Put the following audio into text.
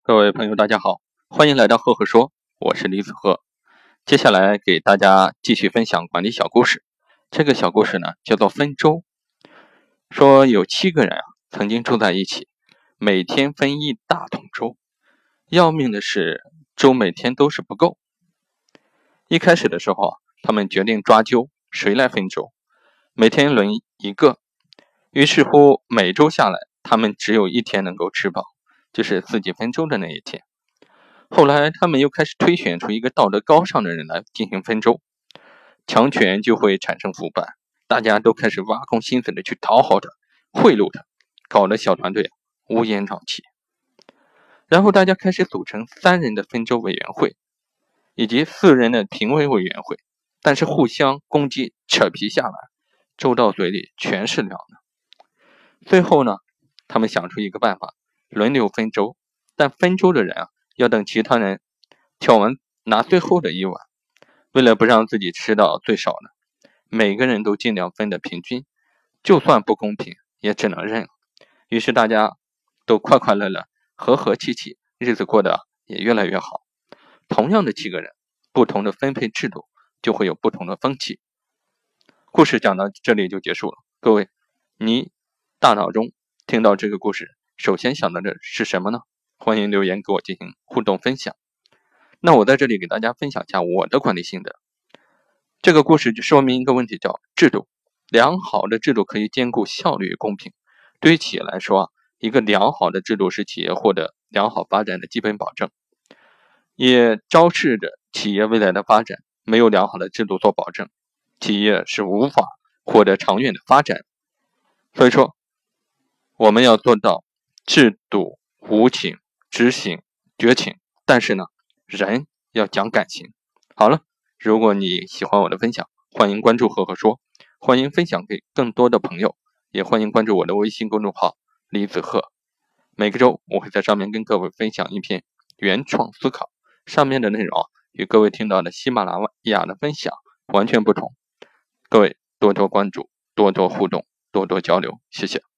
各位朋友大家好，欢迎来到赫赫说，我是李子赫。接下来给大家继续分享管理小故事。这个小故事呢叫做分粥。说有7个人曾经住在一起，每天分一大桶粥。要命的是粥每天都是不够。一开始的时候他们决定抓阄，谁来分粥，每天轮一个。于是乎每周下来，他们只有一天能够吃饱，就是自己分粥的那一天。后来他们又开始推选出一个道德高尚的人来进行分粥，强权就会产生腐败，大家都开始挖空心思的去讨好他，贿赂他，搞得小团队乌烟瘴气。然后大家开始组成3人的分粥委员会，以及4人的评委委员会，但是互相攻击，扯皮下来，粥到嘴里全是粮的。最后呢，他们想出一个办法，轮流分粥，但分粥的人要等其他人挑完拿最后的一碗。为了不让自己吃到最少呢，每个人都尽量分得平均，就算不公平也只能认了。于是大家都快快乐乐，和和气气，日子过得也越来越好。同样的7个人，不同的分配制度就会有不同的风气。故事讲到这里就结束了。各位，你大脑中听到这个故事首先想到的是什么呢？欢迎留言给我进行互动分享。那我在这里给大家分享一下我的管理心得。这个故事就说明一个问题，叫制度。良好的制度可以兼顾效率与公平。对于企业来说一个良好的制度是企业获得良好发展的基本保证，也昭示着企业未来的发展。没有良好的制度做保证，企业是无法获得长远的发展。所以说我们要做到制度无情，执行绝情，但是呢人要讲感情。好了，如果你喜欢我的分享，欢迎关注赫赫说，欢迎分享给更多的朋友，也欢迎关注我的微信公众号李子赫。每个周我会在上面跟各位分享一篇原创思考，上面的内容与各位听到的喜马拉雅的分享完全不同。各位多多关注，多多互动，多多交流，谢谢。